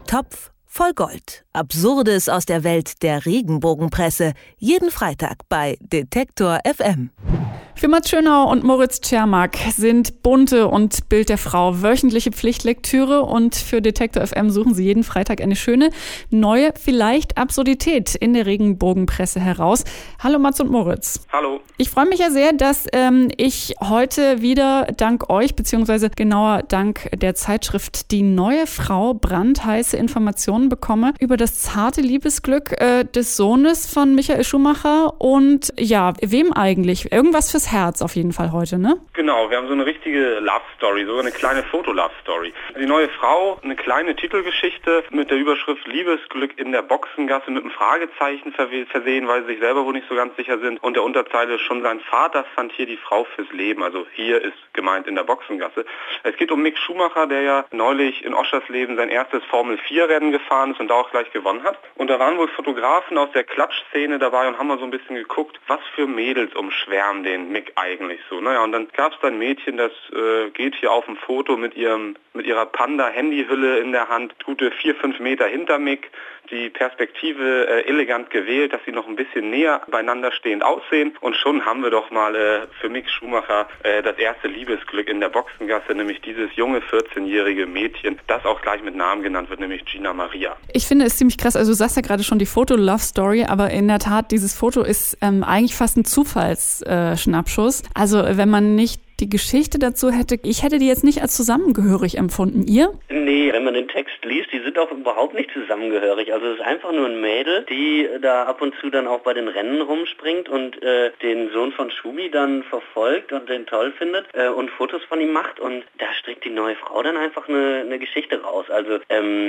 Topf voll Gold. Absurdes aus der Welt der Regenbogenpresse. Jeden Freitag bei Detektor FM. Für Mats Schönau und Moritz Czermak sind Bunte und Bild der Frau wöchentliche Pflichtlektüre und für Detektor FM suchen sie jeden Freitag eine schöne, neue, vielleicht Absurdität in der Regenbogenpresse heraus. Hallo Mats und Moritz. Hallo. Ich freue mich ja sehr, dass ich heute wieder dank euch, beziehungsweise genauer dank der Zeitschrift Die Neue Frau brandheiße Informationen bekomme über das zarte Liebesglück des Sohnes von Michael Schumacher und ja, wem eigentlich? Irgendwas fürs Herz auf jeden Fall heute, ne? Genau, wir haben so eine richtige Love-Story, sogar eine kleine Foto-Love-Story. Die Neue Frau, eine kleine Titelgeschichte mit der Überschrift Liebesglück in der Boxengasse mit einem Fragezeichen versehen, weil sie sich selber wohl nicht so ganz sicher sind. Und der Unterzeile schon sein Vater fand hier die Frau fürs Leben. Also hier ist gemeint in der Boxengasse. Es geht um Mick Schumacher, der ja neulich in Oschersleben sein erstes Formel-4-Rennen gefahren ist und da auch gleich gewonnen hat. Und da waren wohl Fotografen aus der Klatschszene dabei und haben mal so ein bisschen geguckt, was für Mädels umschwärmen den Mick eigentlich so. Naja, und dann gab es da ein Mädchen, das geht hier auf dem Foto mit ihrer Panda-Handyhülle in der Hand, gute 4-5 Meter hinter Mick, die Perspektive elegant gewählt, dass sie noch ein bisschen näher beieinander stehend aussehen. Und schon haben wir doch mal für Mick Schumacher das erste Liebesglück in der Boxengasse, nämlich dieses junge 14-jährige Mädchen, das auch gleich mit Namen genannt wird, nämlich Gina Maria. Ich finde es ziemlich krass, also du sagst ja gerade schon die Foto-Love-Story, aber in der Tat, dieses Foto ist eigentlich fast ein Zufallsschnappschuss. Also wenn man nicht die Geschichte dazu hätte, ich hätte die jetzt nicht als zusammengehörig empfunden. Ihr? Nee, wenn man den Text liest, die sind auch überhaupt nicht zusammengehörig. Also es ist einfach nur ein Mädel, die da ab und zu dann auch bei den Rennen rumspringt und den Sohn von Schumi dann verfolgt und den toll findet und Fotos von ihm macht. Und da strickt die neue Frau dann einfach eine Geschichte raus. Also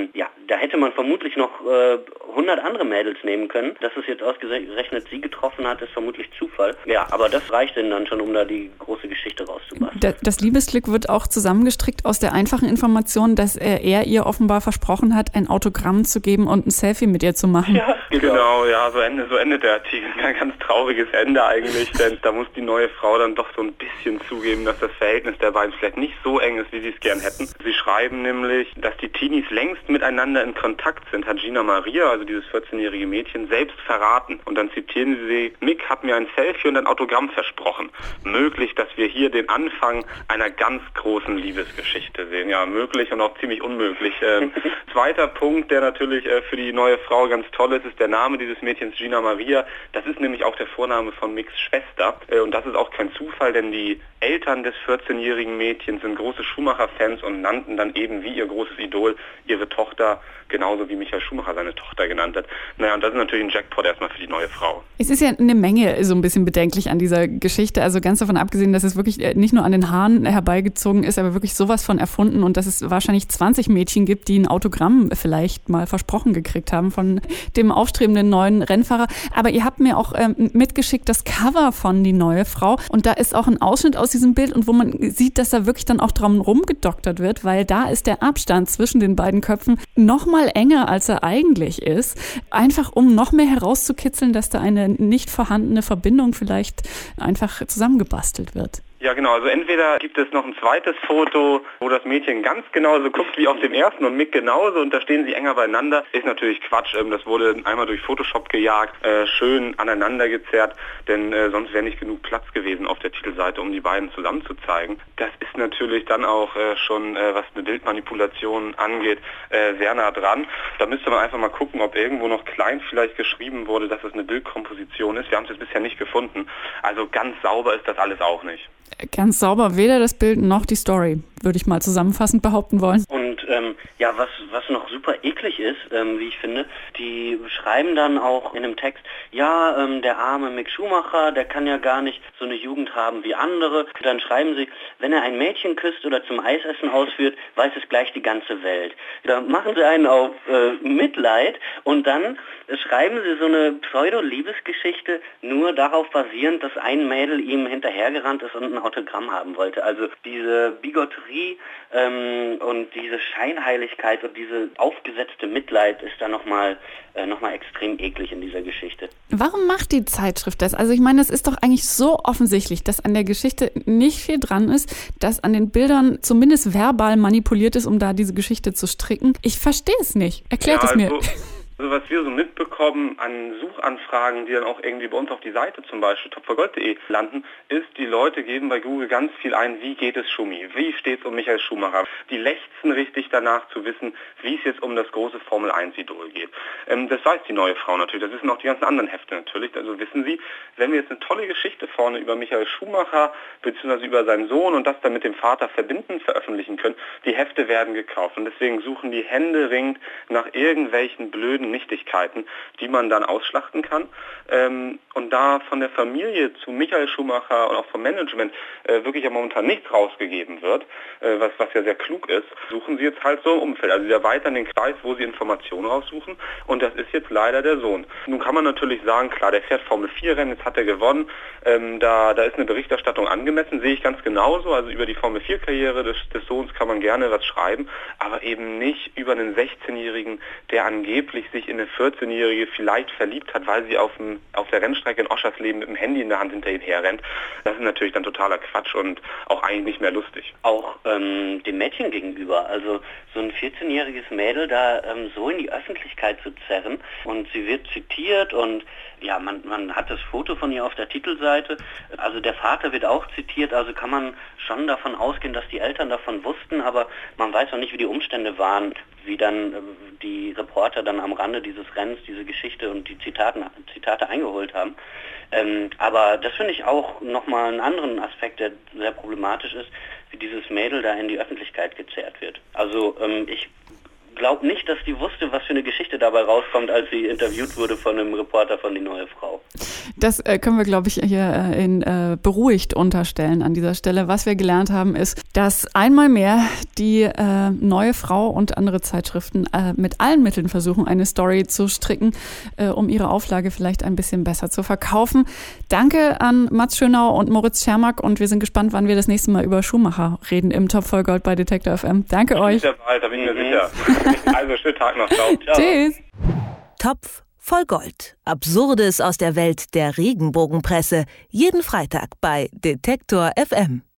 da hätte man vermutlich noch 100 andere Mädels nehmen können. Dass es jetzt ausgerechnet sie getroffen hat, ist vermutlich Zufall. Ja, aber das reicht denn dann schon, um da die große Geschichte rauszubasteln. Das Liebesglück wird auch zusammengestrickt aus der einfachen Information, dass er ihr offenbar versprochen hat, ein Autogramm zu geben und ein Selfie mit ihr zu machen. Ja, genau, ja, so endet der Artikel. Ein ganz trauriges Ende eigentlich, denn da muss die neue Frau dann doch so ein bisschen zugeben, dass das Verhältnis der beiden vielleicht nicht so eng ist, wie sie es gern hätten. Sie schreiben nämlich, dass die Teenies längst miteinander in Kontakt sind, hat Gina Maria, also dieses 14-jährige Mädchen, selbst verraten. Und dann zitieren sie, Mick hat mir ein Selfie und ein Autogramm versprochen. Möglich, dass wir hier den Anfang einer ganz großen Liebesgeschichte sehen. Ja, möglich und auch ziemlich unmöglich. Zweiter Punkt, der natürlich für die neue Frau ganz toll ist der Name dieses Mädchens Gina Maria. Das ist nämlich auch der Vorname von Micks Schwester. Und das ist auch kein Zufall, denn die Eltern des 14-jährigen Mädchens sind große Schumacher-Fans und nannten dann eben wie ihr großes Idol ihre Tochter, genauso wie Michael Schumacher seine Tochter genannt hat. Naja, und das ist natürlich ein Jackpot erstmal für die neue Frau. Es ist ja eine Menge so ein bisschen bedenklich an dieser Geschichte. Also ganz davon abgesehen, dass es wirklich nicht nur an den Haaren herbeigezogen ist, aber wirklich sowas von erfunden und dass es wahrscheinlich 20 Mädchen gibt, die ein Autogramm vielleicht mal versprochen gekriegt haben von dem aufstrebenden neuen Rennfahrer. Aber ihr habt mir auch mitgeschickt das Cover von Die Neue Frau und da ist auch ein Ausschnitt aus diesem Bild und wo man sieht, dass da wirklich dann auch drum rumgedoktert wird, weil da ist der Abstand zwischen den beiden Köpfen noch mal enger, als er eigentlich ist. Einfach um noch mehr herauszukitzeln, dass da eine nicht vorhandene Verbindung vielleicht einfach zusammengebastelt wird. Ja genau, also entweder gibt es noch ein zweites Foto, wo das Mädchen ganz genauso guckt wie auf dem ersten und Mick genauso und da stehen sie enger beieinander. Ist natürlich Quatsch, das wurde einmal durch Photoshop gejagt, schön aneinander gezerrt, denn sonst wäre nicht genug Platz gewesen auf der Titelseite, um die beiden zusammen zu zeigen. Das ist natürlich dann auch schon, was eine Bildmanipulation angeht, sehr nah dran. Da müsste man einfach mal gucken, ob irgendwo noch klein vielleicht geschrieben wurde, dass es eine Bildkomposition ist. Wir haben es jetzt bisher nicht gefunden. Also ganz sauber ist das alles auch nicht. Ganz sauber, weder das Bild noch die Story, würde ich mal zusammenfassend behaupten wollen. Und was noch super eklig ist, wie ich finde, die schreiben dann auch in dem Text, der arme Mick Schumacher, der kann ja gar nicht so eine Jugend haben wie andere. Dann schreiben sie, wenn er ein Mädchen küsst oder zum Eisessen ausführt, weiß es gleich die ganze Welt. Da machen sie einen auf Mitleid und dann schreiben sie so eine Pseudo-Liebesgeschichte nur darauf basierend, dass ein Mädel ihm hinterhergerannt ist und ein Autogramm haben wollte. Also diese Bigotterie und diese Scheinheiligkeit und diese aufgesetzte Mitleid ist da nochmal extrem eklig in dieser Geschichte. Warum macht die Zeitschrift das? Also ich meine, es ist doch eigentlich so offensichtlich, dass an der Geschichte nicht viel dran ist, dass an den Bildern zumindest verbal manipuliert ist, um da diese Geschichte zu stricken. Ich verstehe es nicht. Erklärt es mir. Also was wir so mitbekommen an Suchanfragen, die dann auch irgendwie bei uns auf die Seite zum Beispiel topvollgold.de landen, ist, die Leute geben bei Google ganz viel ein, wie geht es Schumi, wie steht es um Michael Schumacher. Die lechzen richtig danach zu wissen, wie es jetzt um das große Formel-1-Idol geht. Das weiß die neue Frau natürlich, das wissen auch die ganzen anderen Hefte natürlich. Also wissen Sie, wenn wir jetzt eine tolle Geschichte vorne über Michael Schumacher bzw. über seinen Sohn und das dann mit dem Vater verbinden, veröffentlichen können, die Hefte werden gekauft. Und deswegen suchen die händeringend nach irgendwelchen blöden Nichtigkeiten, die man dann ausschlachten kann. Und da von der Familie zu Michael Schumacher und auch vom Management wirklich ja momentan nichts rausgegeben wird, was ja sehr klug ist, suchen sie jetzt halt so im Umfeld. Also sie erweitern den Kreis, wo sie Informationen raussuchen, und das ist jetzt leider der Sohn. Nun kann man natürlich sagen, klar, der fährt Formel 4 Rennen, jetzt hat er gewonnen, da ist eine Berichterstattung angemessen, sehe ich ganz genauso. Also über die Formel 4 Karriere des Sohns kann man gerne was schreiben, aber eben nicht über einen 16-Jährigen, der angeblich sich in eine 14-Jährige vielleicht verliebt hat, weil sie auf der Rennstrecke in Oschersleben mit dem Handy in der Hand hinter ihm herrennt. Das ist natürlich dann totaler Quatsch und auch eigentlich nicht mehr lustig. Auch dem Mädchen gegenüber, also so ein 14-jähriges Mädel da so in die Öffentlichkeit zu zerren, und sie wird zitiert und ja, man hat das Foto von ihr auf der Titelseite, also der Vater wird auch zitiert, also kann man schon davon ausgehen, dass die Eltern davon wussten, aber man weiß noch nicht, wie die Umstände waren, wie dann die Reporter dann am Rande dieses Rennens diese Geschichte und die Zitate eingeholt haben. Aber das finde ich auch nochmal einen anderen Aspekt, der sehr problematisch ist, wie dieses Mädel da in die Öffentlichkeit gezerrt wird. Also ich glaube nicht, dass die wusste, was für eine Geschichte dabei rauskommt, als sie interviewt wurde von einem Reporter von Die Neue Frau. Das können wir, glaube ich, hier beruhigt unterstellen an dieser Stelle. Was wir gelernt haben, ist, dass einmal mehr die Neue Frau und andere Zeitschriften mit allen Mitteln versuchen, eine Story zu stricken, um ihre Auflage vielleicht ein bisschen besser zu verkaufen. Danke an Mats Schönau und Moritz Schermack, und wir sind gespannt, wann wir das nächste Mal über Schumacher reden im Top voll Gold bei Detektor FM. Danke euch. Da bin ich mir sicher. Also schönen Tag noch. Ciao. Tschüss. Topf voll Gold. Absurdes aus der Welt der Regenbogenpresse. Jeden Freitag bei Detektor FM.